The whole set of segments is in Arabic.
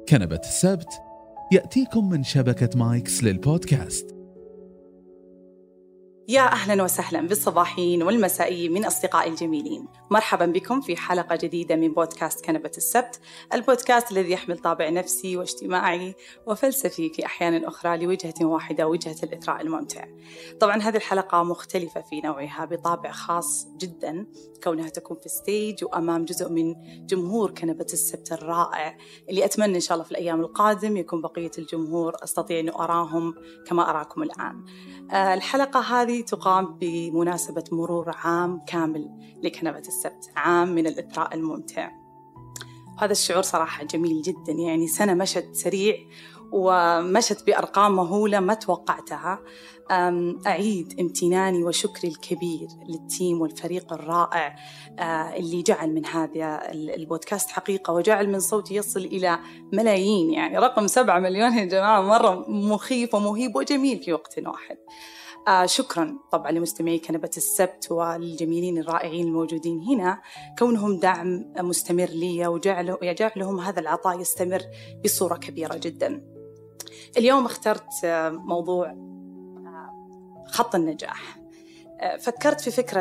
كنبة السبت يأتيكم من شبكة مايكس للبودكاست. يا أهلاً وسهلاً بالصباحين والمسائيين من أصدقائي الجميلين. مرحباً بكم في حلقة جديدة من بودكاست كنبة السبت، البودكاست الذي يحمل طابع نفسي واجتماعي وفلسفي في أحيان أخرى لوجهة واحدة، وجهة الإثراء الممتع. طبعاً هذه الحلقة مختلفة في نوعها بطابع خاص جداً، كونها تكون في ستيج وأمام جزء من جمهور كنبة السبت الرائع، اللي أتمنى إن شاء الله في الأيام القادم يكون بقية الجمهور أستطيع أن أراهم كما أراكم الآن. الحلقة هذه تقام بمناسبة مرور عام كامل لكنبة السبت، عام من الإثراء الممتع. هذا الشعور صراحة جميل جدا، يعني سنة مشت سريع ومشت بأرقام مهولة ما توقعتها. أعيد امتناني وشكري الكبير للتيم والفريق الرائع اللي جعل من هذا البودكاست حقيقة، وجعل من صوتي يصل إلى ملايين. يعني رقم 7 مليون يا جماعة مرة مخيف ومهيب وجميل في وقت واحد. شكرا طبعا لمستمعي كنبة السبت والجميلين الرائعين الموجودين هنا، كونهم دعم مستمر لي ويجعلهم هذا العطاء يستمر بصورة كبيرة جدا. اليوم اخترت موضوع خط النجاح. فكرت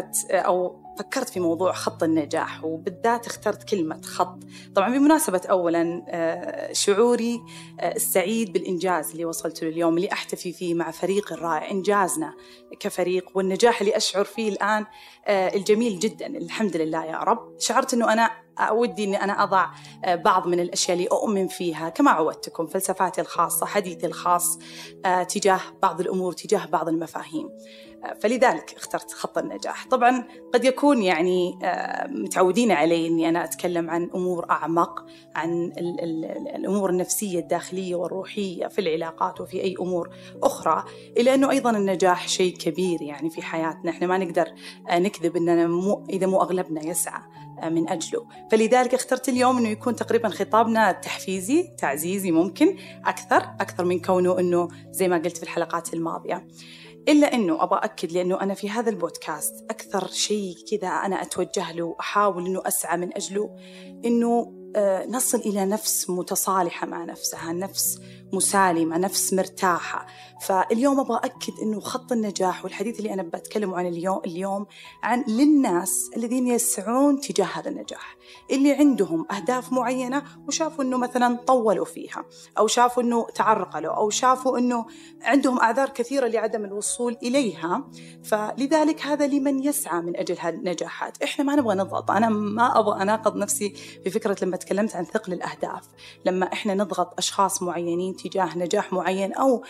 في موضوع خط النجاح، وبالذات اخترت كلمة خط. طبعا بمناسبة أولا شعوري السعيد بالإنجاز اللي وصلت له اليوم، اللي أحتفي فيه مع فريق الرائع، إنجازنا كفريق والنجاح اللي أشعر فيه الآن الجميل جدا، الحمد لله يا رب. شعرت أنه أنا أودي أني أنا أضع بعض من الأشياء اللي أؤمن فيها، كما عودتكم فلسفاتي الخاصة، حديثي الخاص تجاه بعض الأمور، تجاه بعض المفاهيم. فلذلك اخترت خط النجاح. طبعا قد يكون يعني متعودين علي أني أنا أتكلم عن أمور أعمق، عن الأمور النفسية الداخلية والروحية في العلاقات وفي أي أمور أخرى، إلا أنه أيضا النجاح شيء كبير يعني في حياتنا. إحنا ما نقدر نكذب أننا إذا مو أغلبنا يسعى من أجله. فلذلك اخترت اليوم أنه يكون تقريبا خطابنا تحفيزي تعزيزي، ممكن أكثر من كونه أنه زي ما قلت في الحلقات الماضية. إلا أنه أبغى أكد، لأنه أنا في هذا البودكاست أكثر شيء كذا أنا أتوجه له، أحاول أنه أسعى من أجله أنه نصل إلى نفس متصالحة مع نفسها، نفس مسالمة، نفس مرتاحة. فاليوم أبغى أكد أنه خط النجاح والحديث اللي أنا بتكلم عن اليوم عن للناس الذين يسعون تجاه هذا النجاح، اللي عندهم أهداف معينة وشافوا أنه مثلا طولوا فيها، أو شافوا أنه تعرقلوا، أو شافوا أنه عندهم أعذار كثيرة لعدم الوصول إليها. فلذلك هذا لمن يسعى من أجل هذه النجاحات. إحنا ما نبغى نضغط، أنا ما أبغى أناقض نفسي في فكرة لما تكلمت عن ثقل الأهداف، لما إحنا نضغط أشخاص معينين تجاه نجاح معين، أو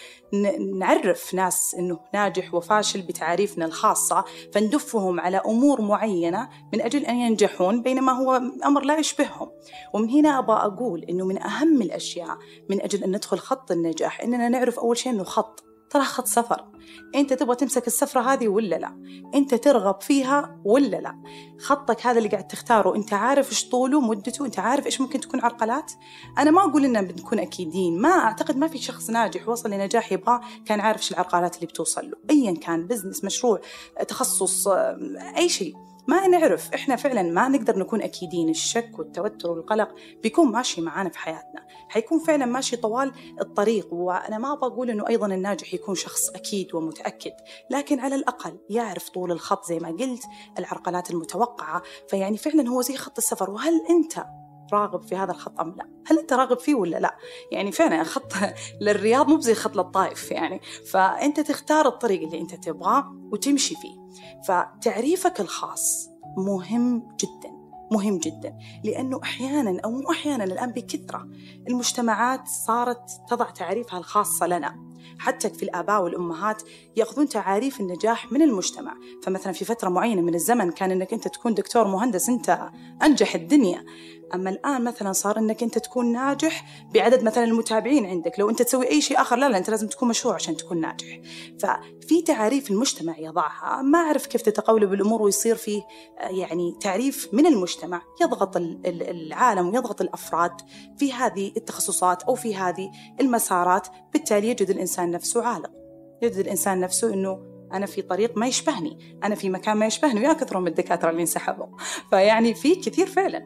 نعرف ناس أنه ناجح وفاشل بتعريفنا الخاصة، فندفهم على أمور معينة من أجل أن ينجحون، بينما هو أمر لا يشبههم. ومن هنا أبغى أقول أنه من أهم الأشياء من أجل أن ندخل خط النجاح إننا نعرف أول شيء أنه خط، ترى خط سفر. أنت تبغى تمسك السفرة هذه ولا لا؟ أنت ترغب فيها ولا لا؟ خطك هذا اللي قاعد تختاره أنت عارف إيش طوله مدته؟ أنت عارف إيش ممكن تكون عرقلات؟ أنا ما أقول إننا بنكون أكيدين، ما أعتقد ما في شخص ناجح وصل لنجاح يبغاه كان عارف إيش العرقلات اللي بتوصل له، أيا كان بزنس، مشروع، تخصص، أي شيء ما نعرف. إحنا فعلا ما نقدر نكون أكيدين. الشك والتوتر والقلق بيكون ماشي معانا في حياتنا، حيكون فعلا ماشي طوال الطريق. وأنا ما بقول إنه أيضا الناجح يكون شخص أكيد ومتأكد، لكن على الأقل يعرف طول الخط زي ما قلت، العرقلات المتوقعة. فيعني فعلا هو زي خط السفر. وهل أنت راغب في هذا الخط أم لا؟ هل أنت راغب فيه ولا لا؟ يعني فعلا خط للرياض مو زي خط للطائف يعني. فأنت تختار الطريق اللي أنت تبغاه وتمشي فيه. فتعريفك الخاص مهم جدا، مهم جدا، لأنه أحيانا أو مو أحيانا الآن بكثرة المجتمعات صارت تضع تعريفها الخاصة لنا. حتى في الآباء والأمهات يأخذون تعاريف النجاح من المجتمع. فمثلا في فترة معينة من الزمن كان أنك أنت تكون دكتور مهندس أنت أنجح الدنيا، أما الآن مثلا صار أنك أنت تكون ناجح بعدد مثلا المتابعين عندك. لو أنت تسوي أي شيء آخر لا أنت لازم تكون مشهور عشان تكون ناجح. ففي تعاريف المجتمع يضعها، ما أعرف كيف تتقولب الأمور ويصير فيه يعني تعريف من المجتمع يضغط العالم ويضغط الأفراد في هذه التخصصات أو في هذه المسارات. بالتالي يجد الإنسان نفسه عالق، يجد الإنسان نفسه أنه أنا في طريق ما يشبهني، أنا في مكان ما يشبهني، ويا كثرهم الدكاترة اللي انسحبوا. فيعني في كثير فعلا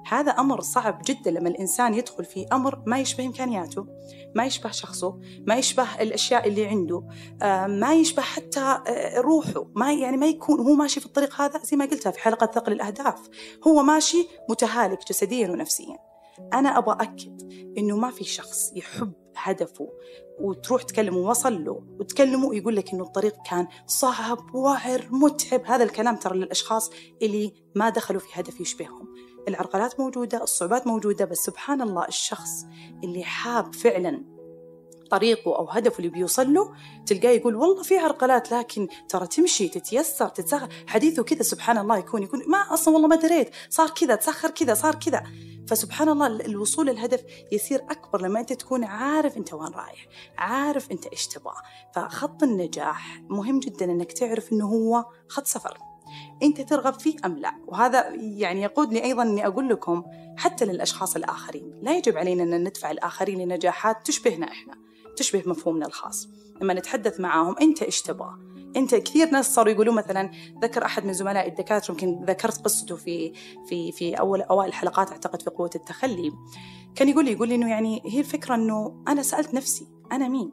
هذا أمر صعب جدا لما الإنسان يدخل في أمر ما يشبه إمكانياته، ما يشبه شخصه، ما يشبه الأشياء اللي عنده، ما يشبه حتى روحه، ما يكون هو ماشي في الطريق هذا. زي ما قلتها في حلقة ثقل الأهداف، هو ماشي متهالك جسديا ونفسيا. أنا أبغى أكد إنه ما في شخص يحب هدفه وتروح تكلمه وصل له وتكلمه ويقول لك إنه الطريق كان صعب وعر متعب. هذا الكلام ترى للأشخاص اللي ما دخلوا في هدف يشبههم. العرقلات موجودة، الصعوبات موجودة، بس سبحان الله الشخص اللي حاب فعلا طريقه أو هدفه اللي بيوصل له تلقاه يقول والله في عرقلات لكن ترى تمشي تتيسر تتسخر. حديثه كذا سبحان الله يكون ما أصلا والله ما دريت صار كذا تسخر كذا صار كذا. فسبحان الله الوصول للهدف يصير أكبر لما أنت تكون عارف أنت وين رايح، عارف أنت إيش تبغى. فخط النجاح مهم جدا أنك تعرف أنه هو خط سفر أنت ترغب فيه أم لا. وهذا يعني يقودني أيضا أني أقول لكم حتى للأشخاص الآخرين لا يجب علينا أن ندفع الآخرين لنجاحات تشبهنا إحنا، تشبه مفهومنا الخاص. لما نتحدث معاهم أنت إيش تبغى. أنت كثير ناس صاروا يقولوا مثلا، ذكر أحد من زملائي الدكاترة يمكن ذكرت قصته في أوائل الحلقات أعتقد في قوة التخلي، كان يقول لي إنه يعني هي الفكرة إنه أنا سألت نفسي أنا مين.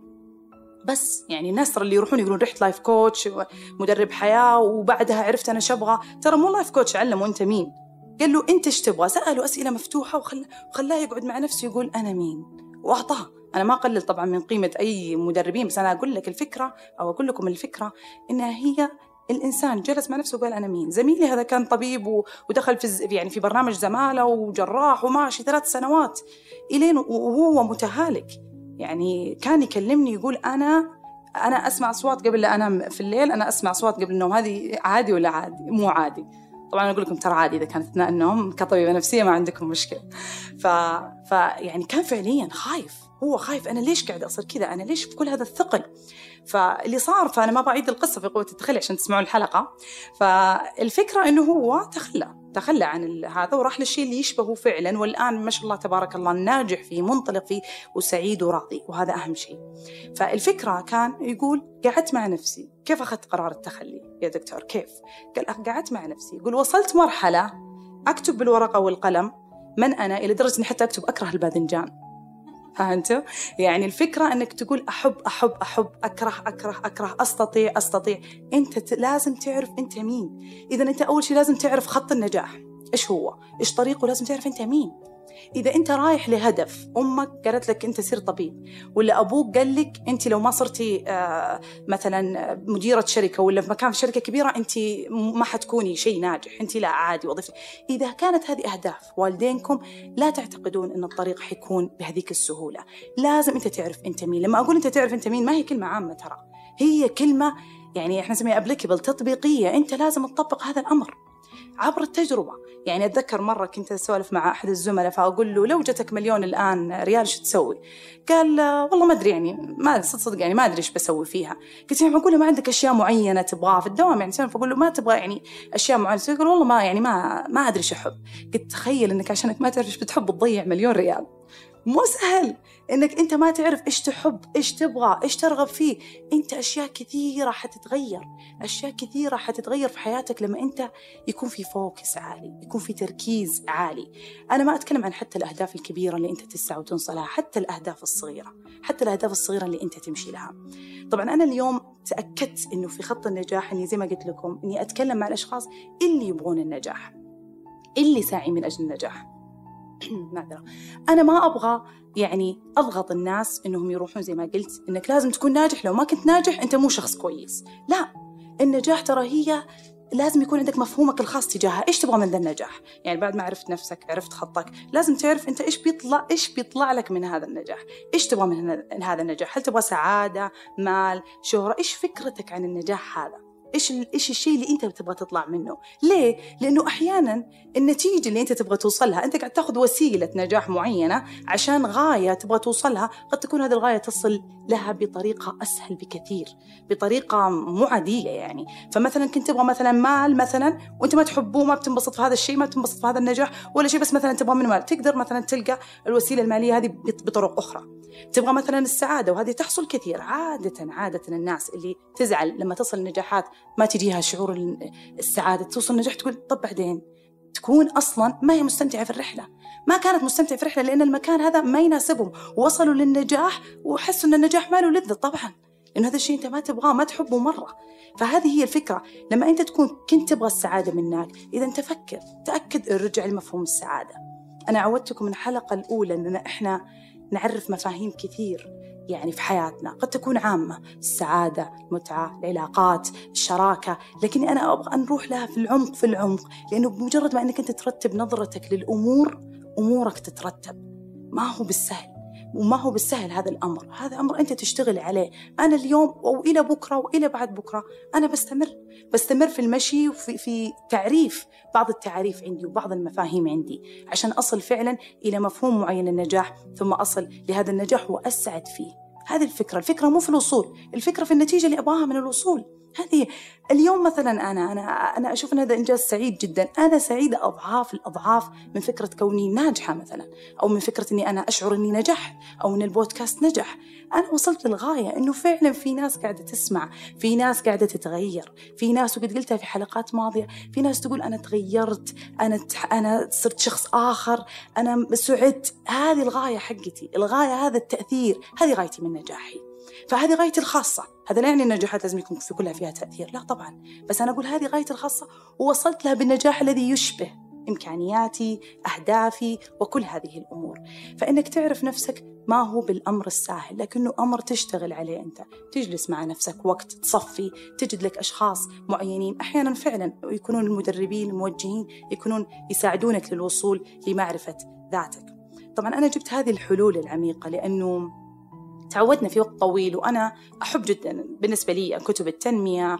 بس يعني الناس اللي يروحون يقولون رحت لايف كوتش مدرب حياة وبعدها عرفت أنا شبغى، ترى مو لايف كوتش علمه أنت مين، قال له أنت إيش تبغى، سأله أسئلة مفتوحة وخلاه يقعد مع نفسه يقول أنا مين وأعطاه. أنا ما أقلل طبعا من قيمة أي مدربين، بس أنا أقول لك الفكرة أو أقول لكم الفكرة إنها هي الإنسان جلس مع نفسه وقال أنا مين. زميلي هذا كان طبيب ودخل في برنامج زمالة وجراح وماشي 3 سنوات إلين وهو متهالك. يعني كان يكلمني يقول أنا أسمع أصوات قبل لا أنام في الليل، أنا أسمع أصوات قبل النوم، هذه عادي ولا عادي؟ مو عادي. طبعا أنا أقول لكم ترى عادي إذا كانت أثناء النوم، كطبيبة نفسية ما عندكم مشكلة. يعني كان فعليا خايف، هو خايف أنا ليش قاعد أصير كذا، أنا ليش بكل هذا الثقل. فاللي صار، فأنا ما بعيد القصة في قوة التخلي عشان تسمعون الحلقة. فالفكرة إنه هو تخلى عن هذا وراح للشيء اللي يشبهه فعلا، والآن ما شاء الله تبارك الله ناجح فيه، منطلق فيه وسعيد وراضي، وهذا أهم شيء. فالفكرة كان يقول قعدت مع نفسي. كيف أخذت قرار التخلي يا دكتور؟ كيف؟ قال قعدت مع نفسي، يقول وصلت مرحلة أكتب بالورقة والقلم من أنا، إلى درجة أني حتى أكره الباذنجان. أنت يعني الفكرة أنك تقول أحب أحب أحب، أكره أكره أكره، أستطيع أستطيع. أنت لازم تعرف أنت مين. إذا أنت أول شيء لازم تعرف خط النجاح إيش هو، إيش طريقه، لازم تعرف أنت مين. إذا أنت رايح لهدف، أمك قالت لك أنت صير طبيب، ولا أبوك قال لك أنت لو ما صرتي مثلا مديرة شركة ولا في مكان في شركة كبيرة أنت ما حتكوني شيء ناجح، أنت لا عادي وظيفة. إذا كانت هذه أهداف والدينكم لا تعتقدون أن الطريق حيكون بهذيك السهولة. لازم أنت تعرف أنت مين. لما أقول أنت تعرف أنت مين ما هي كلمة عامة، ترى هي كلمة يعني إحنا نسميها applicable، تطبيقية. أنت لازم تطبق هذا الأمر عبر التجربة. يعني أتذكر مرة كنت أسولف مع أحد الزملاء فأقول له لو جتك مليون الآن ريال شو تسوي؟ قال والله ما أدري، يعني ما صدق يعني ما أدري إيش بسوي فيها. قلت له بقول له ما عندك أشياء معينة تبغاها في الدوام يعني؟ فأقول له ما تبغى يعني أشياء معينة؟ يقول والله ما أدري إيش أحب. قلت تخيل إنك عشانك ما تعرف إيش بتحب تضيع مليون ريال. مو سهل إنك أنت ما تعرف إيش تحب، إيش تبغى، إيش ترغب فيه. أنت أشياء كثيرة حتتغير، أشياء كثيرة حتتغير في حياتك لما أنت يكون في فوكس عالي، يكون في تركيز عالي. أنا ما أتكلم عن حتى الأهداف الكبيرة اللي أنت تسعى وتنصلها، حتى الأهداف الصغيرة، حتى الأهداف الصغيرة اللي أنت تمشي لها. طبعا أنا اليوم تأكدت إنه في خط النجاح إني زي ما قلت لكم إني أتكلم مع الأشخاص اللي يبغون النجاح، اللي ساعي من أجل النجاح. معذرة، أنا ما أبغى يعني أضغط الناس إنهم يروحون زي ما قلت إنك لازم تكون ناجح، لو ما كنت ناجح أنت مو شخص كويس. لا، النجاح ترى هي لازم يكون عندك مفهومك الخاص تجاهها. إيش تبغى من ذا النجاح؟ يعني بعد ما عرفت نفسك، عرفت خطك، لازم تعرف أنت إيش بيطلع لك من هذا النجاح. إيش تبغى من هذا النجاح؟ هل تبغى سعادة، مال، شهرة؟ إيش فكرتك عن النجاح هذا؟ إيش الشيء اللي أنت بتبغى تطلع منه؟ ليه؟ لأنه أحياناً النتيجة اللي أنت تبغى توصلها، أنت قاعد تأخذ وسيلة نجاح معينة عشان غاية تبغى توصلها، قد تكون هذه الغاية تصل لها بطريقة أسهل بكثير، بطريقة مو عادية يعني. فمثلاً كنت تبغى مثلاً مال مثلاً وأنت ما تحبه، ما بتنبسط في هذا الشيء، ما بتنبسط في هذا النجاح ولا شيء، بس مثلاً تبغى من مال، تقدر مثلاً تلقى الوسيلة المالية هذه بطرق أخرى. تبغى مثلاً السعادة، وهذه تحصل كثير. عادة الناس اللي تزعل لما تصل النجاحات ما تجيها شعور السعادة، توصل النجاح تقول طب بعدين تكون أصلا ما هي مستمتعة في الرحلة، ما كانت مستمتعة في الرحلة لأن المكان هذا ما يناسبهم، ووصلوا للنجاح وحسوا أن النجاح ما له لذة طبعا، لأنه هذا الشيء أنت ما تبغاه ما تحبه مرة. فهذه هي الفكرة، لما أنت كنت تبغى السعادة منك، إذا أنت فكر تأكد ارجع لمفهوم السعادة. أنا عودتكم من الحلقة الأولى أننا إحنا نعرف مفاهيم كثير يعني في حياتنا قد تكون عامة، السعادة، المتعة، العلاقات، الشراكة، لكن أنا أبغى نروح لها في العمق، لأنه بمجرد ما أنك أنت ترتب نظرتك للأمور أمورك تترتب. ما هو بالسهل، وما هو بالسهل هذا الأمر، هذا أمر أنت تشتغل عليه. أنا اليوم وإلى بكرة وإلى بعد بكرة أنا بستمر في المشي وفي تعريف بعض التعريف عندي وبعض المفاهيم عندي عشان أصل فعلا إلى مفهوم معين النجاح، ثم أصل لهذا النجاح وأسعد فيه. هذه الفكرة مو في الوصول، الفكرة في النتيجة اللي أبغاها من الوصول. هذه اليوم مثلا أنا أشوف أن هذا إنجاز سعيد جدا، أنا سعيدة أضعاف الأضعاف من فكرة كوني ناجحة مثلا، أو من فكرة أني أنا أشعر أني نجحت، أو أن البودكاست نجح. أنا وصلت للغاية أنه فعلا في ناس قاعدة تسمع، في ناس قاعدة تتغير، في ناس، وقد قلتها في حلقات ماضية، في ناس تقول أنا تغيرت، أنا صرت شخص آخر، أنا سعدت. هذه الغاية حقتي، الغاية هذا التأثير، هذه غايتي من نجاحي. فهذه غايتي الخاصة. هذا لا يعني النجاحات لازم يكون في كلها فيها تأثير، لا طبعا، بس أنا أقول هذه غايتي الخاصة ووصلت لها بالنجاح الذي يشبه إمكانياتي، أهدافي، وكل هذه الأمور. فإنك تعرف نفسك ما هو بالأمر السهل، لكنه أمر تشتغل عليه. أنت تجلس مع نفسك وقت، تصفي، تجد لك أشخاص معينين أحيانا فعلا يكونون المدربين الموجهين، يكونون يساعدونك للوصول لمعرفة ذاتك. طبعا أنا جبت هذه الحلول العميقة لأنه تعودنا في وقت طويل، وأنا أحب جدا بالنسبة لي كتب التنمية،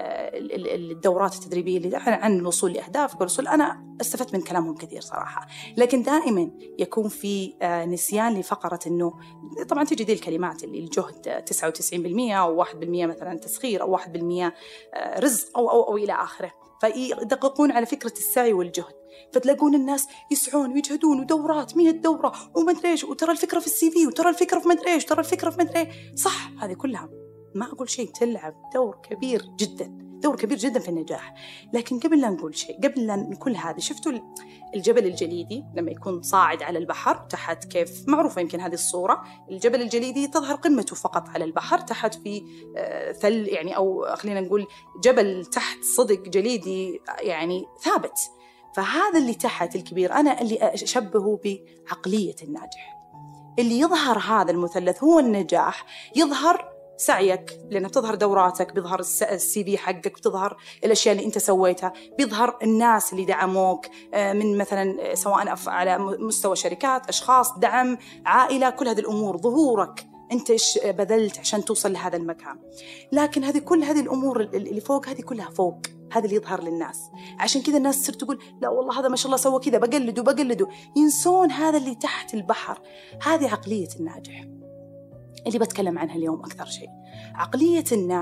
الدورات التدريبية اللي عن الوصول لأهدافك والوصول، أنا استفدت من كلامهم كثير صراحة. لكن دائما يكون في نسيان لفقرة أنه طبعا تجي دي الكلمات اللي الجهد 99% أو 1% مثلا تسخير، أو 1% رزق، أو إلى آخره. فيدققون على فكرة السعي والجهد، فتلاقون الناس يسعون ويجهدون ودورات 100 دورة ومدري إيش، وترى الفكرة في السي في، وترى الفكرة في مدري إيش، ترى الفكرة في مدري إيش. صح، هذه كلها ما أقول شيء، تلعب دور كبير جدا في النجاح. لكن قبل لا نقول شيء، قبل لا نقول هذا، شفتوا الجبل الجليدي لما يكون صاعد على البحر تحت، كيف معروفة يمكن هذه الصورة، الجبل الجليدي تظهر قمته فقط على البحر، تحت في ثل يعني، أو خلينا نقول جبل تحت صدق جليدي يعني ثابت. فهذا اللي تحت الكبير أنا اللي أشبهه بعقلية الناجح. اللي يظهر هذا المثلث هو النجاح، يظهر سعيك لأنه بتظهر دوراتك، بيظهر السي في حقك، بتظهر الأشياء اللي أنت سويتها، بيظهر الناس اللي دعموك من مثلا سواء على مستوى شركات، أشخاص، دعم، عائلة، كل هذه الأمور ظهورك أنت إيش بذلت عشان توصل لهذا المكان. لكن كل هذه الأمور اللي فوق، هذه كلها فوق، هذا اللي يظهر للناس. عشان كذا الناس تصير تقول لا والله هذا ما شاء الله سوى كذا، بقلده، ينسون هذا اللي تحت البحر. هذه عقلية الناجح اللي بتكلم عنها اليوم أكثر شيء. عقلية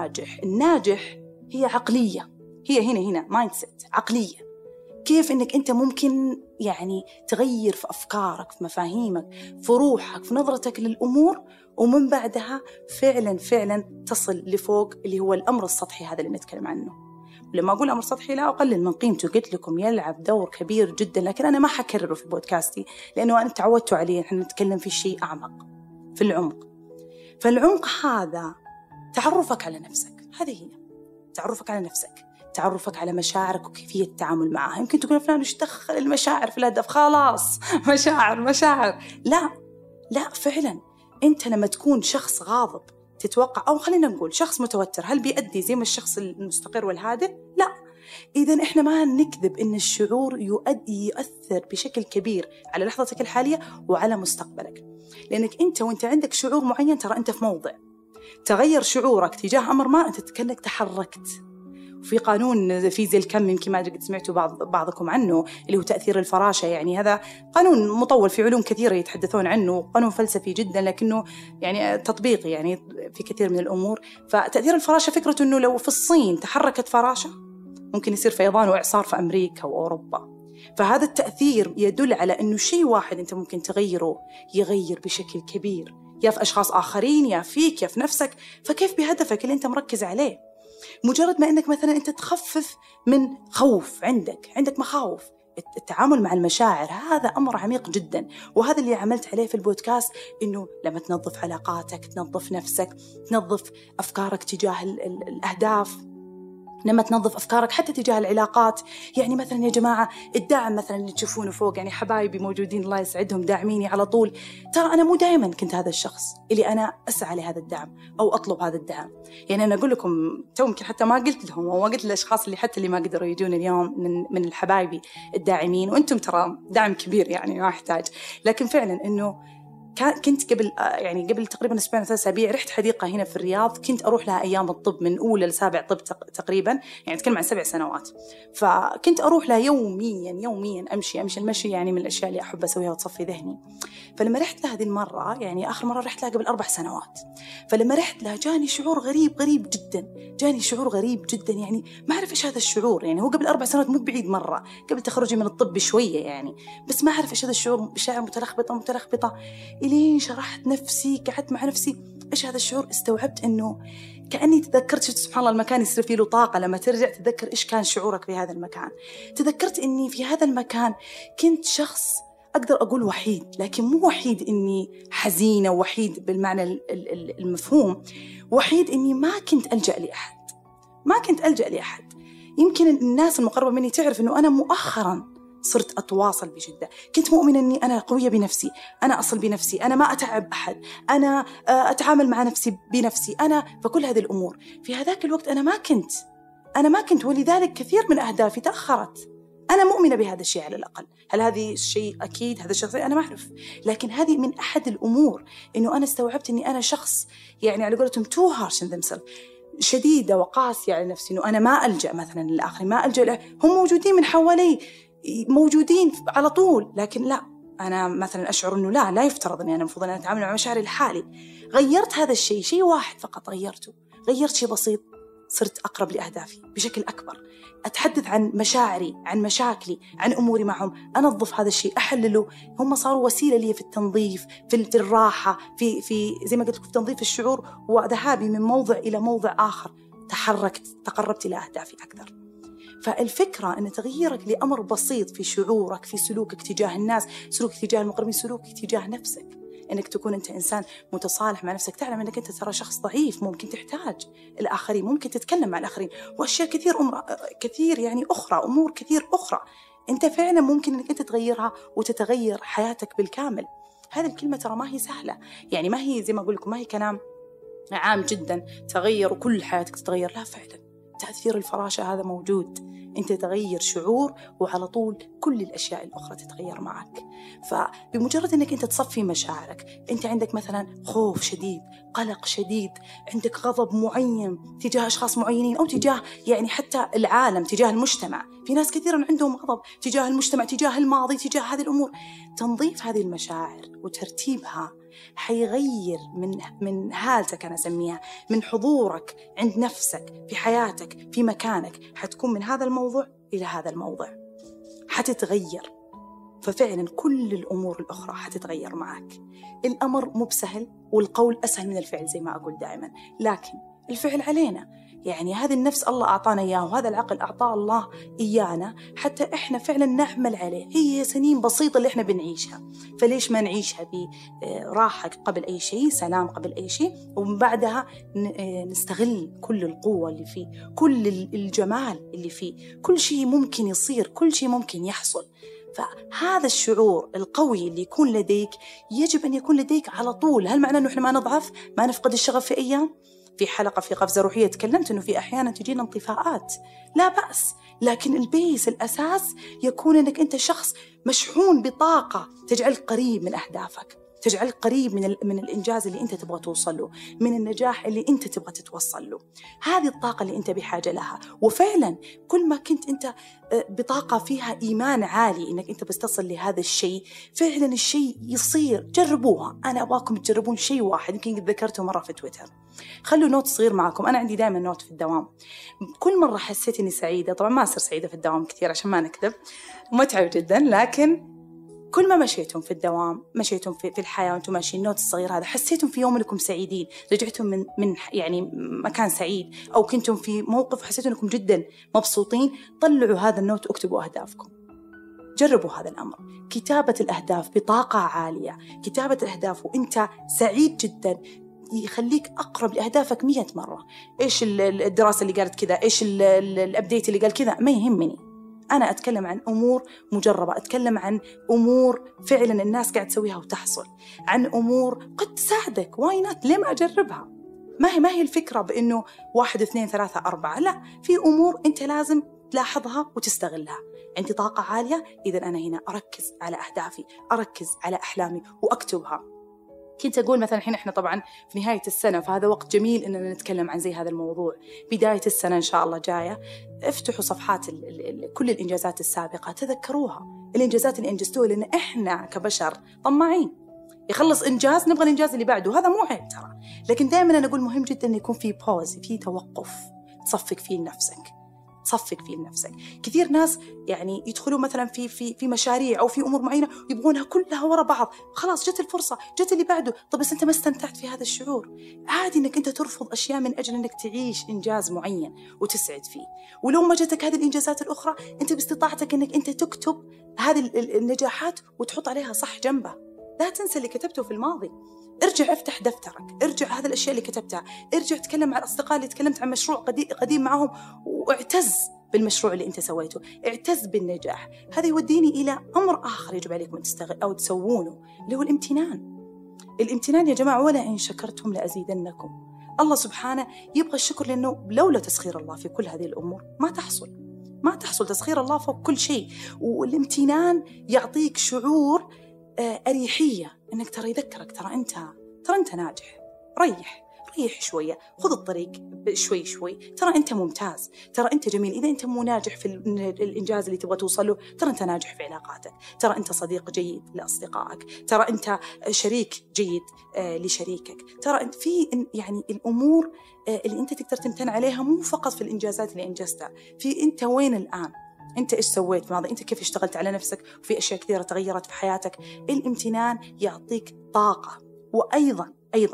الناجح هي عقلية، هي هنا مايند سيت، عقلية. كيف إنك أنت ممكن يعني تغير في أفكارك، في مفاهيمك، في روحك، في نظرتك للأمور، ومن بعدها فعلا تصل لفوق، اللي هو الأمر السطحي هذا اللي نتكلم عنه. ولما أقول أمر سطحي لا أقلل من قيمته، قلت لكم يلعب دور كبير جدا، لكن أنا ما حكرره في بودكاستي لأنه أنا تعودت عليه. إحنا نتكلم في شيء أعمق، في العمق. فالعمق هذا تعرفك على نفسك، هذه هي تعرفك على نفسك، تعرفك على مشاعرك وكيفية التعامل معها. يمكن تقول فلان وش دخل المشاعر في الهدف، خلاص مشاعر. لا فعلا أنت لما تكون شخص غاضب تتوقع، أو خلينا نقول شخص متوتر، هل بيؤدي زي ما الشخص المستقر والهادئ؟ لا. إذن إحنا ما نكذب إن الشعور يؤثر بشكل كبير على لحظتك الحالية وعلى مستقبلك. لأنك أنت وأنت عندك شعور معين، ترى أنت في موضع تغير شعورك تجاه أمر ما، أنت كأنك تحركت. وفي قانون فيزياء الكم يمكن ما قد سمعتوا بعضكم عنه، اللي هو تأثير الفراشة. يعني هذا قانون مطول في علوم كثيرة يتحدثون عنه، قانون فلسفي جدا لكنه يعني تطبيقي يعني في كثير من الأمور. فتأثير الفراشة فكرته أنه لو في الصين تحركت فراشة ممكن يصير فيضان وإعصار في أمريكا وأوروبا. فهذا التأثير يدل على أنه شيء واحد أنت ممكن تغيره يغير بشكل كبير، يا في أشخاص آخرين، يا فيك، يا في نفسك. فكيف بهدفك اللي أنت مركز عليه؟ مجرد ما أنك مثلا أنت تخفف من خوف، عندك مخاوف، التعامل مع المشاعر هذا أمر عميق جدا، وهذا اللي عملت عليه في البودكاست، إنه لما تنظف علاقاتك، تنظف نفسك، تنظف أفكارك تجاه الأهداف، لما تنظف أفكارك حتى تجاه العلاقات. يعني مثلا يا جماعة الدعم مثلا اللي تشوفونه فوق، يعني حبايبي موجودين الله يسعدهم داعميني على طول، ترى أنا مو دائما كنت هذا الشخص اللي أنا أسعى لهذا الدعم أو أطلب هذا الدعم. يعني أنا أقول لكم تو يمكن حتى ما قلت لهم أو ما قلت للأشخاص اللي حتى اللي ما قدروا يجون اليوم من الحبايبي الداعمين، وأنتم ترى دعم كبير يعني ما أحتاج، لكن فعلا إنه كنت قبل تقريبا أسبوعين أو 3 أسابيع رحت حديقة هنا في الرياض، كنت أروح لها أيام الطب من أولى ل7 طب تقريبا، يعني أتكلم عن 7 سنوات. فكنت أروح لها يوميا أمشي المشي يعني من الأشياء اللي أحب أسويها وتصفي ذهني. فلما رحت لها هذه المرة، يعني آخر مرة رحت لها قبل 4 سنوات، فلما رحت لها جاني شعور غريب جدا، يعني ما أعرف إيش هذا الشعور. يعني هو قبل 4 سنوات مو بعيد مرة، قبل تخرجي من الطب بشوية يعني، بس ما أعرف إيش هذا الشعور، مشاعر متلخبطة. إلين شرحت نفسي، قعدت مع نفسي إيش هذا الشعور، استوعبت إنه كأني تذكرت، شفت سبحان الله المكان يصير فيه له طاقة لما ترجع تذكر إيش كان شعورك في هذا المكان. تذكرت إني في هذا المكان كنت شخص أقدر أقول وحيد، لكن مو وحيد إني حزينة، وحيد بالمعنى المفهوم، وحيد إني ما كنت ألجأ لأحد. يمكن الناس المقربة مني تعرف إنه أنا مؤخراً صرت أتواصل بجدة، كنت مؤمنة أني أنا قوية بنفسي، أنا أصل بنفسي، أنا ما أتعب أحد، أنا أتعامل مع نفسي بنفسي، فكل هذه الأمور في هذاك الوقت أنا ما كنت، ولذلك كثير من أهدافي تأخرت. أنا مؤمنة بهذا الشيء على الأقل. هل هذه الشيء أكيد هذا الشيء أنا ما أعرف، لكن هذه من أحد الأمور، إنه أنا استوعبت أني أنا شخص يعني على قولتهم too harsh on themselves، شديدة وقاسية على نفسي، إنه أنا ما ألجأ مثلا للآخرين، ما ألجأ هم موجودين من حوالي، موجودين على طول، لكن لا، أنا مثلا أشعر أنه لا يفترض أني أنا المفروض أن أتعامل مع مشاعري لحالي. غيرت هذا الشيء، شيء واحد فقط غيرت شيء بسيط، صرت أقرب لأهدافي بشكل أكبر، أتحدث عن مشاعري، عن مشاكلي، عن أموري معهم، أنظف هذا الشيء، أحلله. هم صاروا وسيلة لي في التنظيف، في الراحة، في زي ما قلت لك في تنظيف الشعور وذهابي من موضع إلى موضع آخر. تقربت إلى أهدافي أكثر. فالفكرة أن تغييرك لأمر بسيط في شعورك، في سلوكك تجاه الناس، سلوكك تجاه المقربين، سلوكك تجاه نفسك، أنك تكون أنت إنسان متصالح مع نفسك، تعلم أنك أنت ترى شخص ضعيف، ممكن تحتاج الآخرين، ممكن تتكلم مع الآخرين، وأشياء كثير يعني أخرى، أمور كثير أخرى أنت فعلا ممكن أنك أنت تغيرها وتتغير حياتك بالكامل. هذه الكلمة ترى ما هي سهلة، يعني ما هي زي ما أقول لكم ما هي كلام عام جدا تغير وكل حياتك تتغير، لا، فعلا تأثير الفراشة هذا موجود، أنت تغير شعور وعلى طول كل الأشياء الأخرى تتغير معك. فبمجرد أنك أنت تصفي مشاعرك، أنت عندك مثلا خوف شديد، قلق شديد، عندك غضب معين تجاه أشخاص معينين أو تجاه يعني حتى العالم، تجاه المجتمع، في ناس كثيرا عندهم غضب تجاه المجتمع، تجاه الماضي، تجاه هذه الأمور. تنظيف هذه المشاعر وترتيبها حيغير من حالتك، أنا أسميها من حضورك عند نفسك في حياتك في مكانك، حتكون من هذا الموضوع إلى هذا الموضوع، حتتغير. ففعلا كل الأمور الأخرى حتتغير معك. الأمر مو بسهل، والقول أسهل من الفعل زي ما أقول دائما، لكن الفعل علينا. يعني هذه النفس الله أعطانا إياه، وهذا العقل أعطاه الله إيانا حتى إحنا فعلا نعمل عليه. هي سنين بسيطة اللي إحنا بنعيشها، فليش ما نعيشها براحة قبل أي شيء، سلام قبل أي شيء، ومن بعدها نستغل كل القوة اللي فيه، كل الجمال اللي فيه، كل شيء ممكن يصير، كل شيء ممكن يحصل. فهذا الشعور القوي اللي يكون لديك يجب أن يكون لديك على طول. هل معناه أنه إحنا ما نضعف، ما نفقد الشغف في أيام؟ في حلقة في قفزة روحية تكلمت أنه في أحيانا تجينا انطفاءات، لا بأس، لكن الأساس يكون أنك أنت شخص مشحون بطاقة تجعلك قريب من أهدافك، تجعلك قريب من الإنجاز اللي أنت تبغى توصل له، من النجاح اللي أنت تبغى تتوصل له. هذه الطاقة اللي أنت بحاجة لها. وفعلا كل ما كنت أنت بطاقة فيها إيمان عالي أنك أنت بستصل لهذا الشيء، فعلا الشيء يصير. جربوها، أنا أبغاكم تجربون شيء واحد يمكن قد ذكرته مرة في تويتر. خلوا نوت صغير معكم، أنا عندي دائما نوت في الدوام. كل مرة حسيت أني سعيدة، طبعا ما أصير سعيدة في الدوام كثير عشان ما نكذب، متعب جدا، لكن كل ما مشيتم في الدوام، مشيتم في الحياة وانتم ماشيين، نوت الصغير هذا، حسيتم في يوم انكم سعيدين، رجعتم من يعني مكان سعيد، او كنتم في موقف حسيتوا انكم جدا مبسوطين، طلعوا هذا النوت واكتبوا اهدافكم. جربوا هذا الأمر. كتابة الأهداف بطاقة عالية، كتابة الأهداف وإنت سعيد جدا يخليك أقرب لأهدافك 100 مرة. إيش الدراسة اللي قالت كذا، إيش الأبديت اللي قال كذا، ما يهمني. أنا أتكلم عن أمور مجربة، أتكلم عن أمور فعلا الناس قاعد تسويها وتحصل، عن أمور قد تساعدك. واينات ليه ما أجربها؟ ما هي الفكرة بأنه 1 2 3 4، لا، في أمور أنت لازم تلاحظها وتستغلها. عندي طاقة عالية، إذا أنا هنا أركز على أهدافي، أركز على أحلامي وأكتبها. كنت أقول مثلا الحين إحنا طبعا في نهاية السنة، فهذا وقت جميل إننا نتكلم عن زي هذا الموضوع. بداية السنة إن شاء الله جاية، افتحوا صفحات كل الإنجازات السابقة، تذكروها، الإنجازات اللي أنجزتوها، لأن إحنا كبشر طماعين. يخلص إنجاز نبغى الإنجاز اللي بعده، هذا مو عيب ترى، لكن دائما أنا أقول مهم جدا إن يكون في باوز، في توقف تصفق فيه لنفسك، تصفق فيه لنفسك. كثير ناس يعني يدخلون مثلا في مشاريع أو في أمور معينة يبغونها كلها ورا بعض، خلاص جت الفرصة، جت اللي بعده. طب بس أنت ما استمتعت في هذا الشعور. عادي إنك أنت ترفض أشياء من أجل إنك تعيش إنجاز معين وتسعد فيه. ولو ما جتك هذه الإنجازات الأخرى، أنت باستطاعتك إنك أنت تكتب هذه النجاحات وتحط عليها صح جنبه. لا تنسى اللي كتبته في الماضي. ارجع افتح دفترك، ارجع هذا الأشياء اللي كتبتها، ارجع تكلم مع الأصدقاء اللي تكلمت عن مشروع قديم معهم، واعتز بالمشروع اللي انت سويته، اعتز بالنجاح. هذا يوديني إلى أمر آخر يجب عليكم أو تسوونه، اللي هو الامتنان. الامتنان يا جماعة، ولا إن شكرتم لأزيدنكم. الله سبحانه يبغى الشكر، لأنه لولا تسخير الله في كل هذه الأمور ما تحصل تسخير الله فوق كل شيء. والامتنان يعطيك شعور أريحية، إنك ترى يذكرك ترى أنت ناجح. ريح شوية، خذ الطريق شوي، ترى أنت ممتاز، ترى أنت جميل. إذا أنت مو ناجح في الإنجاز اللي تبغى توصله، ترى أنت ناجح في علاقاتك، ترى أنت صديق جيد لأصدقائك، ترى أنت شريك جيد لشريكك، ترى أنت في يعني الأمور اللي أنت تقدر تمتن عليها، مو فقط في الإنجازات اللي أنجزتها، في أنت وين الآن، أنت إيش سويت في الماضي، أنت كيف اشتغلت على نفسك، وفي أشياء كثيرة تغيرت في حياتك. الامتنان يعطيك طاقة، وأيضا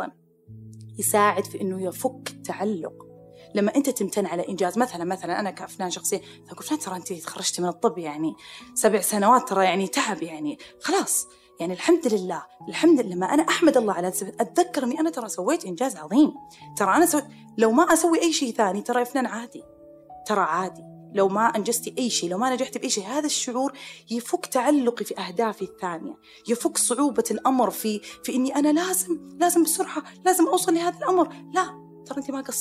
يساعد في إنه يفك التعلق. لما أنت تمتن على إنجاز، مثلا أنا كأفنان شخصيا أقول فلان ترى أنت تخرجتي من الطب يعني 7 سنوات، ترى يعني تعب، يعني خلاص، يعني الحمد لله ما أنا أحمد الله على أتذكر أني أنا ترى سويت إنجاز عظيم، ترى أنا لو ما أسوي أي شيء ثاني ترى أفنان عادي، ترى عادي لو ما أنجزتي أي شيء، لو ما نجحت بأي شيء. هذا الشعور يفك تعلقي في أهدافي الثانية، يفك صعوبة الأمر في إني أنا لازم بسرعة لازم أوصل لهذا الأمر. لا، ترى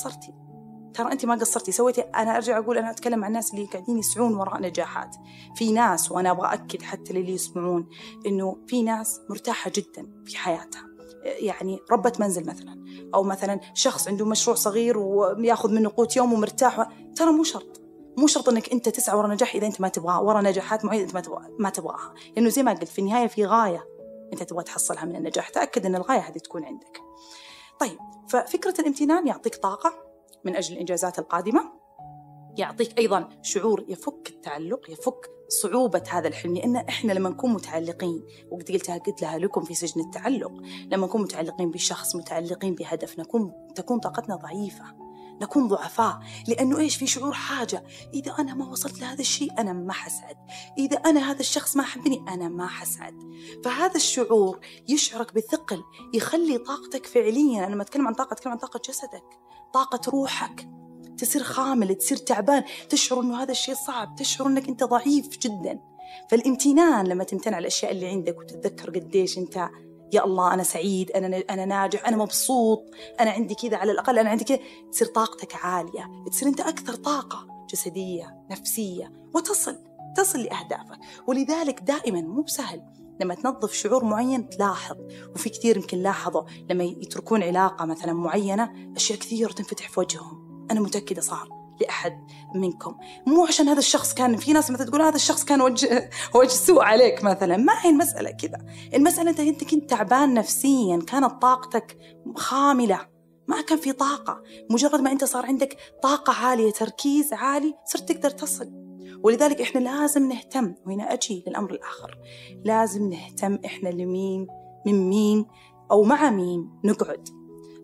أنت ما قصرتي، سويتي. أنا أرجع أقول، أنا أتكلم عن الناس اللي قاعدين يسعون وراء نجاحات. في ناس، وأنا أبغى أكد حتى للي يسمعون، إنه في ناس مرتاحة جدا في حياتها، يعني ربة منزل مثلا، أو مثلا شخص عنده مشروع صغير ويأخذ منه قوت يوم ومرتاح. ترى مو شرط انك انت تسعى ورا نجاح اذا انت ما تبغاه، ورا نجاحات معينه انت ما تبغاها، لانه زي ما قلت في النهايه في غايه انت تبغى تحصلها من النجاح. تاكد ان الغايه هذه تكون عندك. طيب، ففكره الامتنان يعطيك طاقه من اجل الانجازات القادمه، يعطيك ايضا شعور يفك التعلق، يفك صعوبة هذا الحلم. لأن إحنا لما نكون متعلقين، وقد قلتها لكم في سجن التعلق، لما نكون متعلقين بشخص، متعلقين بهدف، تكون طاقتنا ضعيفة، نكون ضعفاء. لأنه إيش؟ في شعور حاجة، إذا أنا ما وصلت لهذا الشيء أنا ما حسعد، إذا أنا هذا الشخص ما حبني أنا ما حسعد. فهذا الشعور يشعرك بالثقل، يخلي طاقتك فعليا، أنا لما أتكلم عن طاقة أتكلم عن طاقة جسدك، طاقة روحك، تصير خامل، تصير تعبان، تشعر أنه هذا الشيء صعب، تشعر أنك أنت ضعيف جدا. فالامتنان لما تمتن على الأشياء اللي عندك وتتذكر قديش أنت، يا الله أنا سعيد، أنا ناجح، أنا مبسوط، أنا عندي كذا، على الأقل أنا عندي كذا، تصير طاقتك عالية، تصير أنت أكثر طاقة جسدية نفسية، تصل لأهدافك. ولذلك دائما مو بسهل لما تنظف شعور معين تلاحظ، وفي كثير يمكن لاحظوا لما يتركون علاقة مثلا معينة أشياء كثير تنفتح في وجههم. أنا متأكدة صار لأحد منكم، مو عشان هذا الشخص كان، في ناس مثلا تقول هذا الشخص كان وجه سوء عليك مثلا، ما هي المسألة كذا. المسألة أنت كنت تعبان نفسيا، كانت طاقتك خاملة، ما كان في طاقة. مجرد ما أنت صار عندك طاقة عالية، تركيز عالي، صرت تقدر تصل. ولذلك إحنا لازم نهتم، وهنا أجي للأمر الآخر، لازم نهتم إحنا من مين أو مع مين نقعد.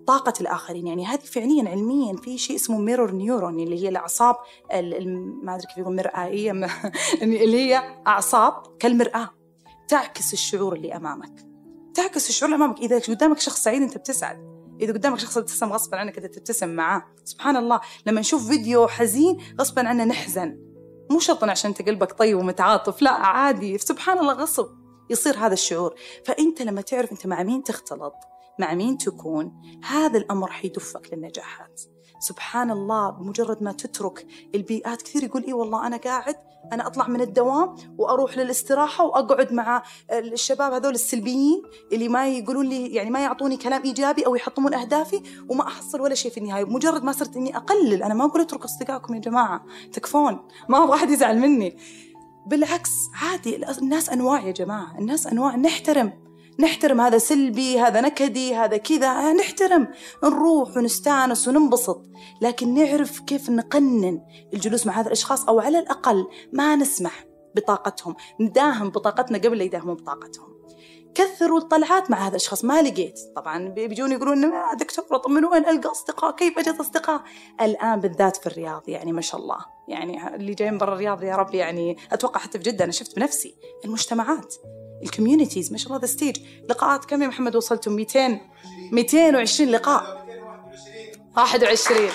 طاقة الآخرين. يعني هذه فعليا علميا في شيء اسمه ميرور نيورون، اللي هي الأعصاب ما أدري كيف يقول مرآية اللي هي أعصاب كالمرآة تعكس الشعور اللي أمامك، تعكس الشعور اللي أمامك. إذا قدامك شخص سعيد أنت بتسعد، إذا قدامك شخص يبتسم غصبا عنك أنت تبتسم معاه. سبحان الله، لما نشوف فيديو حزين غصبا عنا نحزن، مو شرطا عشان أنت قلبك طيب ومتعاطف، لا عادي، سبحان الله غصب يصير هذا الشعور. فأنت لما تعرف أنت مع مين تختلط، مع مين تكون، هذا الأمر حيدفك للنجاحات. سبحان الله، بمجرد ما تترك البيئات، كثير يقول إيه والله أنا قاعد، أنا أطلع من الدوام وأروح للاستراحة وأقعد مع الشباب هذول السلبيين اللي ما يقولون لي، يعني ما يعطوني كلام إيجابي أو يحطمون أهدافي، وما أحصل ولا شيء في النهاية. بمجرد ما صرت إني أقلل، أنا ما أقول اترك أصدقائكم يا جماعة، تكفون، ما أبغى أحد يزعل مني، بالعكس عادي. الناس أنواع يا جماعة، الناس أنواع، نحترم هذا سلبي، هذا نكدي، هذا كذا، نحترم، نروح ونستانس وننبسط، لكن نعرف كيف نقنن الجلوس مع هذا الأشخاص، أو على الأقل ما نسمح بطاقتهم، نداهم بطاقتنا قبل لا يداهموا بطاقتهم. كثروا الطلعات مع هذا الأشخاص. ما لقيت، طبعا بيجون يقولون دكتور طمنوا وين ألقى أصدقاء، كيف أجد أصدقاء؟ الآن بالذات في الرياض، يعني ما شاء الله، يعني اللي جاي من برا الرياض يا رب، يعني أتوقع حتى في جدة أنا شفت بنفسي المجتمعات، الكوميونيتيز، ما شاء الله. ذا ستيج لقاءات كم يا محمد وصلتم؟ 220 لقاء، 21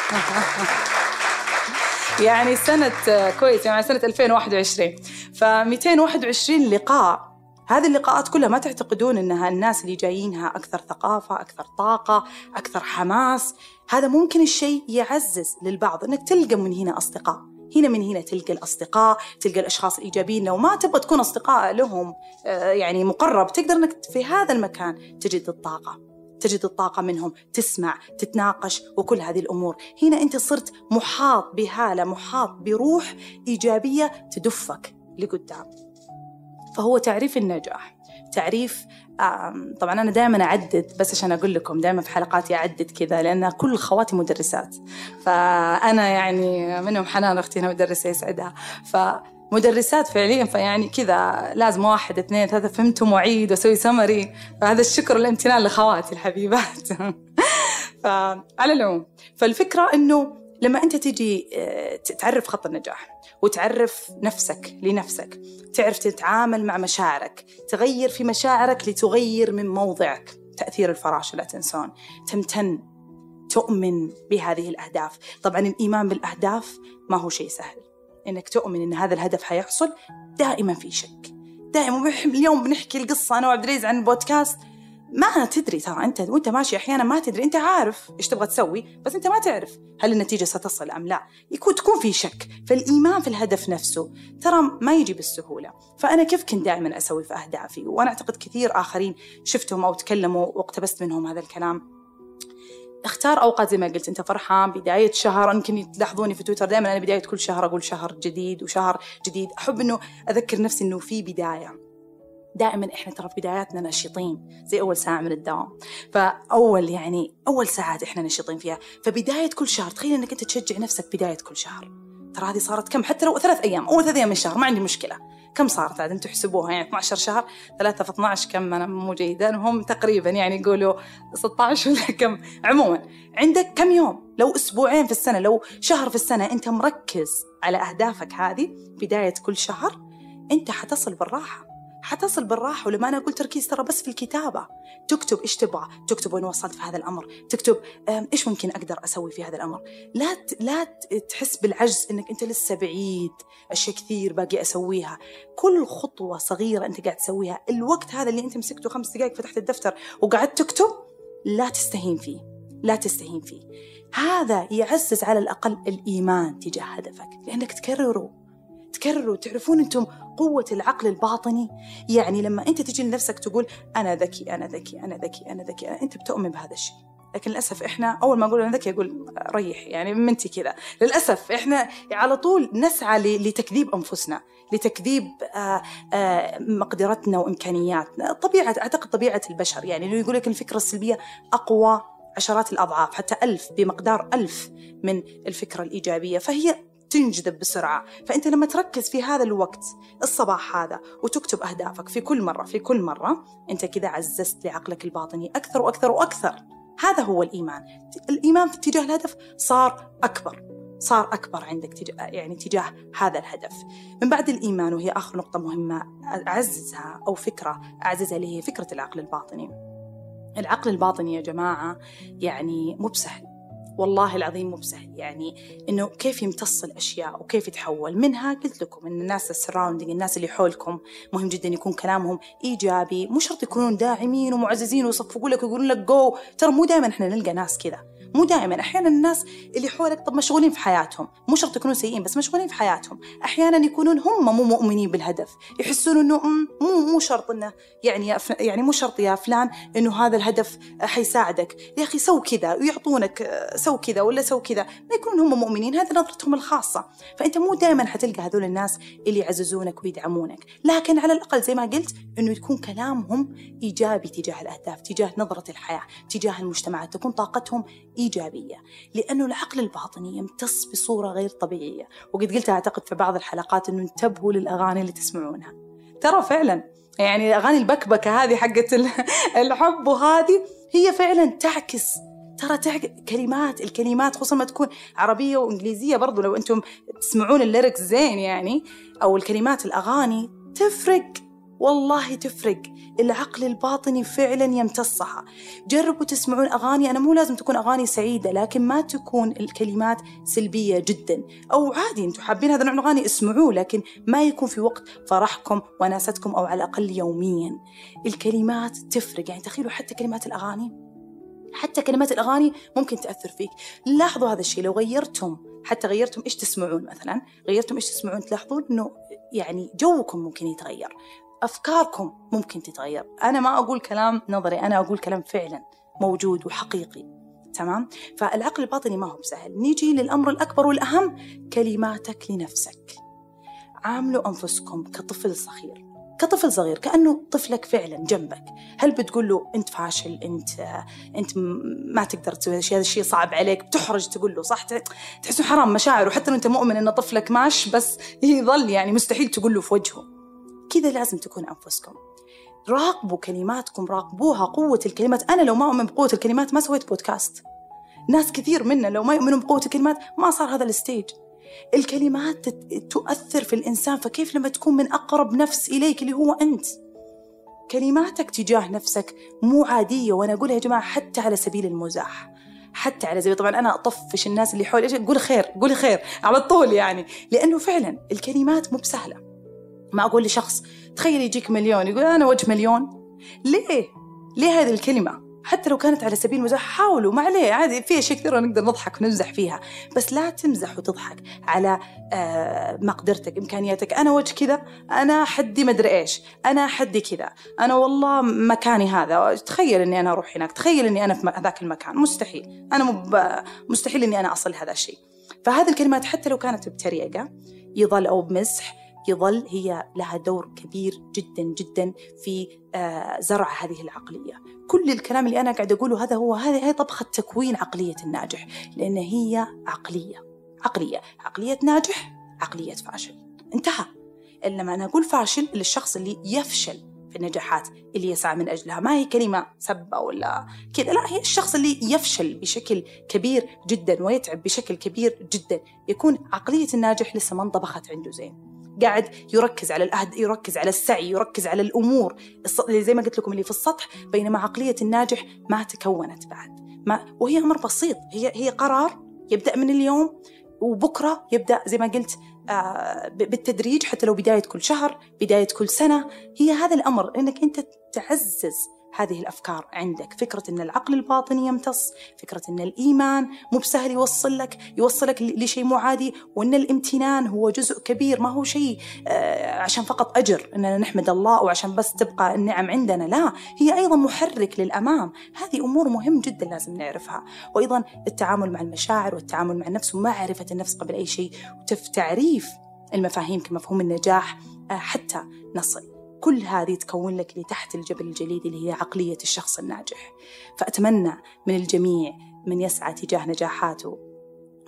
يعني سنة كويس، يعني سنة 2021، ف221 لقاء. هذه اللقاءات كلها ما تعتقدون أنها الناس اللي جايينها أكثر ثقافة، أكثر طاقة، أكثر حماس. هذا ممكن الشيء يعزز للبعض أنك تلقى من هنا أصدقاء، من هنا تلقى الأصدقاء، تلقى الأشخاص الإيجابيين. لو ما تبغى تكون أصدقاء لهم يعني مقرب، تقدر أنك في هذا المكان تجد الطاقة منهم، تسمع، تتناقش، وكل هذه الأمور. هنا أنت صرت محاط بهالة، محاط بروح إيجابية تدفك لقدام. فهو تعريف النجاح، تعريف طبعا أنا دائما أعدد، بس عشان أقول لكم دائما في حلقاتي أعدد كذا، لأن كل خواتي مدرسات، فأنا يعني منهم حنان أختي أنا مدرسة يسعدها، فمدرسات فعليا، فيعني كذا لازم 1 2 3 فهمتم وعيد وأسوي سمري. فهذا الشكر والامتنان لخواتي الحبيبات. فعلى العموم، فالفكرة إنه لما أنت تجي تعرف خط النجاح وتعرف نفسك لنفسك، تعرف تتعامل مع مشاعرك، تغير في مشاعرك لتغير من موضعك. تأثير الفراشة لا تنسون، تمتن، تؤمن بهذه الأهداف. طبعا الإيمان بالأهداف ما هو شيء سهل، إنك تؤمن إن هذا الهدف حيحصل، دائما في شك، دائما. اليوم بنحكي القصة أنا وعبد العزيز عن البودكاست، ما تدري ترى أنت وأنت ماشي أحيانا ما تدري، أنت عارف إيش تبغى تسوي بس أنت ما تعرف هل النتيجة ستصل أم لا، تكون في شك. فالإيمان في الهدف نفسه ترى ما يجي بالسهولة. فأنا كيف كنت دائما أسوي في أهدافي، وأنا أعتقد كثير آخرين شفتهم أو تكلموا واقتبست منهم هذا الكلام. اختار أوقات زي ما قلت أنت فرحان، بداية شهر، يمكن تلاحظوني في تويتر دائما أنا بداية كل شهر أقول شهر جديد وشهر جديد. أحب أنه أذكر نفسي أنه في بداية. دائما إحنا ترى في بداياتنا نشيطين زي أول ساعة من الدوام، أول ساعات إحنا نشيطين فيها. فبداية كل شهر تخيل أنك أنت تشجع نفسك بداية كل شهر. ترى هذه صارت كم، حتى لو 3 أيام، أول 3 أيام من الشهر ما عندي مشكلة. كم صارت عاد أنتوا حسبوها، يعني 12 شهر 3 في 12 كم، أنا مو جيدة، هم تقريبا يعني يقولوا 16 ولا كم. عموما عندك كم يوم، لو أسبوعين في السنة، لو شهر في السنة، أنت مركز على أهدافك هذه بداية كل شهر، أنت حتصل بالراحة. ولما أنا أقول تركيز ترى بس في الكتابة، تكتب إيش تبغى، تكتب وين وصلت في هذا الأمر، تكتب إيش ممكن أقدر أسوي في هذا الأمر. لا تحس بالعجز إنك أنت لسه بعيد، أشياء كثير باقي أسويها. كل خطوة صغيرة أنت قاعد تسويها، الوقت هذا اللي أنت مسكته 5 دقائق فتحت الدفتر وقعدت تكتب، لا تستهين فيه. هذا يعزز على الأقل الإيمان تجاه هدفك، لأنك تكرروا. تعرفون أنتم قوة العقل الباطني، يعني لما أنت تجي لنفسك تقول أنا ذكي، أنت بتؤمن بهذا الشيء. لكن للأسف إحنا أول ما أقول أنا ذكي أقول ريح، يعني منتي كذا. للأسف إحنا على طول نسعى لتكذيب أنفسنا، لتكذيب مقدرتنا وإمكانياتنا. أعتقد طبيعة البشر، يعني لو يقول لك الفكرة السلبية أقوى عشرات الأضعاف، حتى 1000 بمقدار 1000 من الفكرة الإيجابية، فهي تنجذب بسرعة. فأنت لما تركز في هذا الوقت الصباح هذا وتكتب أهدافك في كل مرة، أنت كذا عززت لعقلك الباطني أكثر وأكثر وأكثر هذا هو الإيمان في اتجاه الهدف صار أكبر عندك تجاه هذا الهدف. من بعد الإيمان، وهي آخر نقطة مهمة أعززها أو فكرة أعززها، اللي هي فكرة العقل الباطني. العقل الباطني يا جماعة يعني مو بسهل، والله العظيم مو بسهل. يعني إنه كيف يمتص الأشياء وكيف يتحول منها. قلت لكم إن الناس السراوندينج، الناس اللي حولكم، مهم جدا يكون كلامهم إيجابي، مو شرط يكونون داعمين ومعززين ويصفقوا لك ويقولون لك جو. ترى مو دائما إحنا نلقى ناس كذا، مو دائما. أحيانا الناس اللي حولك طب مشغولين في حياتهم، مو شرط يكونوا سيئين بس مشغولين في حياتهم. أحيانا يكونون هم مو مؤمنين بالهدف، يحسون إنه مو شرط إنه يعني مو شرط يا فلان إنه هذا الهدف حيساعدك، يا أخي سو كذا، ويعطونك سو كذا ولا سو كذا، ما يكونون هم مؤمنين، هذه نظرتهم الخاصة. فأنت مو دائما حتلقى هذول الناس اللي يعززونك ويدعمونك، لكن على الأقل زي ما قلت إنه يكون كلامهم إيجابي تجاه الأهداف، تجاه نظرة الحياة، تجاه المجتمعات، تكون طاقتهم إيجابية. لأنه العقل الباطني يمتص بصورة غير طبيعية. وقد قلت أعتقد في بعض الحلقات إنه انتبهوا للأغاني اللي تسمعونها. ترى فعلا يعني أغاني البكبكة هذه حقت الحب، وهذه هي فعلا تعكس الكلمات خصوصا ما تكون عربية وإنجليزية. برضو لو أنتم تسمعون الليركس زين يعني، أو الكلمات الأغاني تفرق، والله تفرق. العقل الباطني فعلا يمتصها. جربوا تسمعون أغاني، أنا مو لازم تكون أغاني سعيدة، لكن ما تكون الكلمات سلبية جدا، أو عادي أنتم حابين هذا النوع من الأغاني اسمعوه، لكن ما يكون في وقت فرحكم وناستكم، أو على الأقل يوميا. الكلمات تفرق. يعني تخيلوا حتى كلمات الأغاني ممكن تأثر فيك. لاحظوا هذا الشيء. لو غيرتم إيش تسمعون مثلا، تلاحظون إنه يعني جوكم ممكن يتغير، أفكاركم ممكن تتغير. أنا ما أقول كلام نظري، أنا أقول كلام فعلا موجود وحقيقي. تمام؟ فالعقل الباطني ما هو بسهل. نيجي للأمر الأكبر والأهم، كلماتك لنفسك. عاملوا أنفسكم كطفل صغير، كأنه طفلك فعلا جنبك. هل بتقول له أنت فاشل، أنت ما تقدر تسوي هذا الشيء، صعب عليك، بتحرج تقول له صح، تحسوا حرام مشاعر، وحتى أنت مؤمن أن طفلك ماش، بس يظل يعني مستحيل تقول له في وجهه كذا. لازم تكون أنفسكم. راقبوا كلماتكم، راقبوها، قوة الكلمات. أنا لو ما أؤمن بقوة الكلمات ما سويت بودكاست. ناس كثير منا لو ما يؤمنون بقوة الكلمات ما صار هذا الستيج. الكلمات تؤثر في الإنسان، فكيف لما تكون من أقرب نفس إليك اللي هو أنت؟ كلماتك تجاه نفسك مو عادية. وأنا أقولها يا جماعة حتى على سبيل المزاح، حتى على سبيل، طبعا أنا أطفش الناس اللي حولي، قولي خير على طول يعني، لأنه فعلا الكلمات مو بسهلة. ما أقول لشخص تخيل يجيك مليون يقول أنا وجه مليون. ليه هذه الكلمة؟ حتى لو كانت على سبيل المزاح حاولوا، ما عليه، عادي، في أشياء كثيرة نقدر نضحك ونمزح فيها، بس لا تمزح وتضحك على مقدرتك، إمكانياتك. أنا وجه كذا، أنا حدي مدري إيش، أنا حدي كذا، أنا والله مكاني هذا، تخيل إني أنا أروح هناك، تخيل إني أنا في ذاك المكان، مستحيل. أنا مستحيل إني أنا أصل هذا الشيء. فهذه الكلمات حتى لو كانت بتريقة يظل، أو بمزح يظل، هي لها دور كبير جدا جدا في زرع هذه العقلية. كل الكلام اللي أنا قاعد أقوله هذه طبخة تكوين عقلية الناجح، لأن هي عقلية ناجح، عقلية فاشل، انتهى. لما أنا أقول فاشل للشخص اللي يفشل في النجاحات اللي يسعى من أجلها، ما هي كلمة سبة ولا كذا، لا، هي الشخص اللي يفشل بشكل كبير جدا ويتعب بشكل كبير جدا، يكون عقلية الناجح لسه ما انطبخت عنده زين، قاعد يركز على الأهد، يركز على السعي، يركز على الأمور زي ما قلت لكم اللي في السطح، بينما عقلية الناجح ما تكونت بعد. وهي أمر بسيط، هي قرار يبدأ من اليوم، وبكرة يبدأ زي ما قلت بالتدريج، حتى لو بداية كل شهر، بداية كل سنة. هي هذا الأمر، إنك أنت تعزز هذه الأفكار عندك. فكرة أن العقل الباطني يمتص، فكرة أن الإيمان مو بسهل يوصلك لشيء مو عادي، وأن الامتنان هو جزء كبير، ما هو شيء عشان فقط أجر أننا نحمد الله، أو عشان بس تبقى النعم عندنا، لا، هي أيضا محرك للأمام. هذه أمور مهم جدا لازم نعرفها. وأيضا التعامل مع المشاعر والتعامل مع النفس ومعرفة النفس قبل أي شيء، وتعريف المفاهيم كمفهوم النجاح حتى نصل. كل هذه تكون لك لتحت الجبل الجليدي اللي هي عقلية الشخص الناجح. فأتمنى من الجميع من يسعى تجاه نجاحاته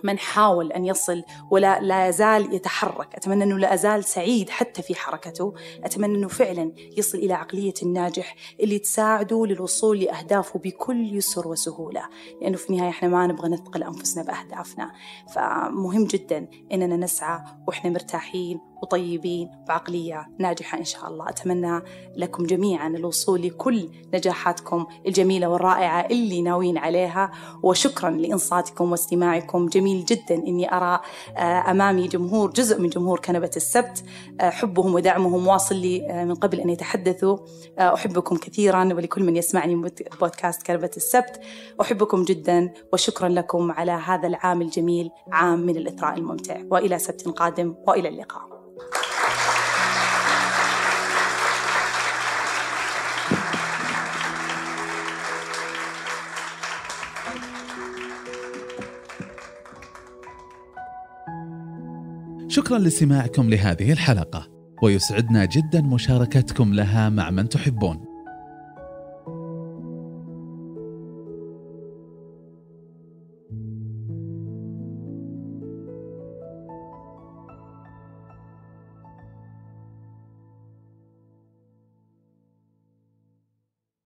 من حاول أن يصل ولا لا يزال يتحرك. أتمنى أنه لا أزال سعيد حتى في حركته. أتمنى أنه فعلا يصل إلى عقلية الناجح اللي تساعده للوصول لأهدافه بكل يسر وسهولة، لأنه في النهاية إحنا ما نبغى نثقل أنفسنا بأهدافنا. فمهم جدا أننا نسعى وإحنا مرتاحين وطيبين بعقلية ناجحة إن شاء الله. أتمنى لكم جميعا الوصول لكل نجاحاتكم الجميلة والرائعة اللي ناويين عليها، وشكرا لإنصاتكم واستماعكم. جميل جدا أني أرى أمامي جزء من جمهور كنبة السبت، حبهم ودعمهم واصل لي من قبل أن يتحدثوا. أحبكم كثيرا، ولكل من يسمعني بودكاست كنبة السبت أحبكم جدا، وشكرا لكم على هذا العام الجميل، عام من الإثراء الممتع. وإلى سبت قادم، وإلى اللقاء. شكرا لاستماعكم لهذه الحلقة، ويسعدنا جدا مشاركتكم لها مع من تحبون.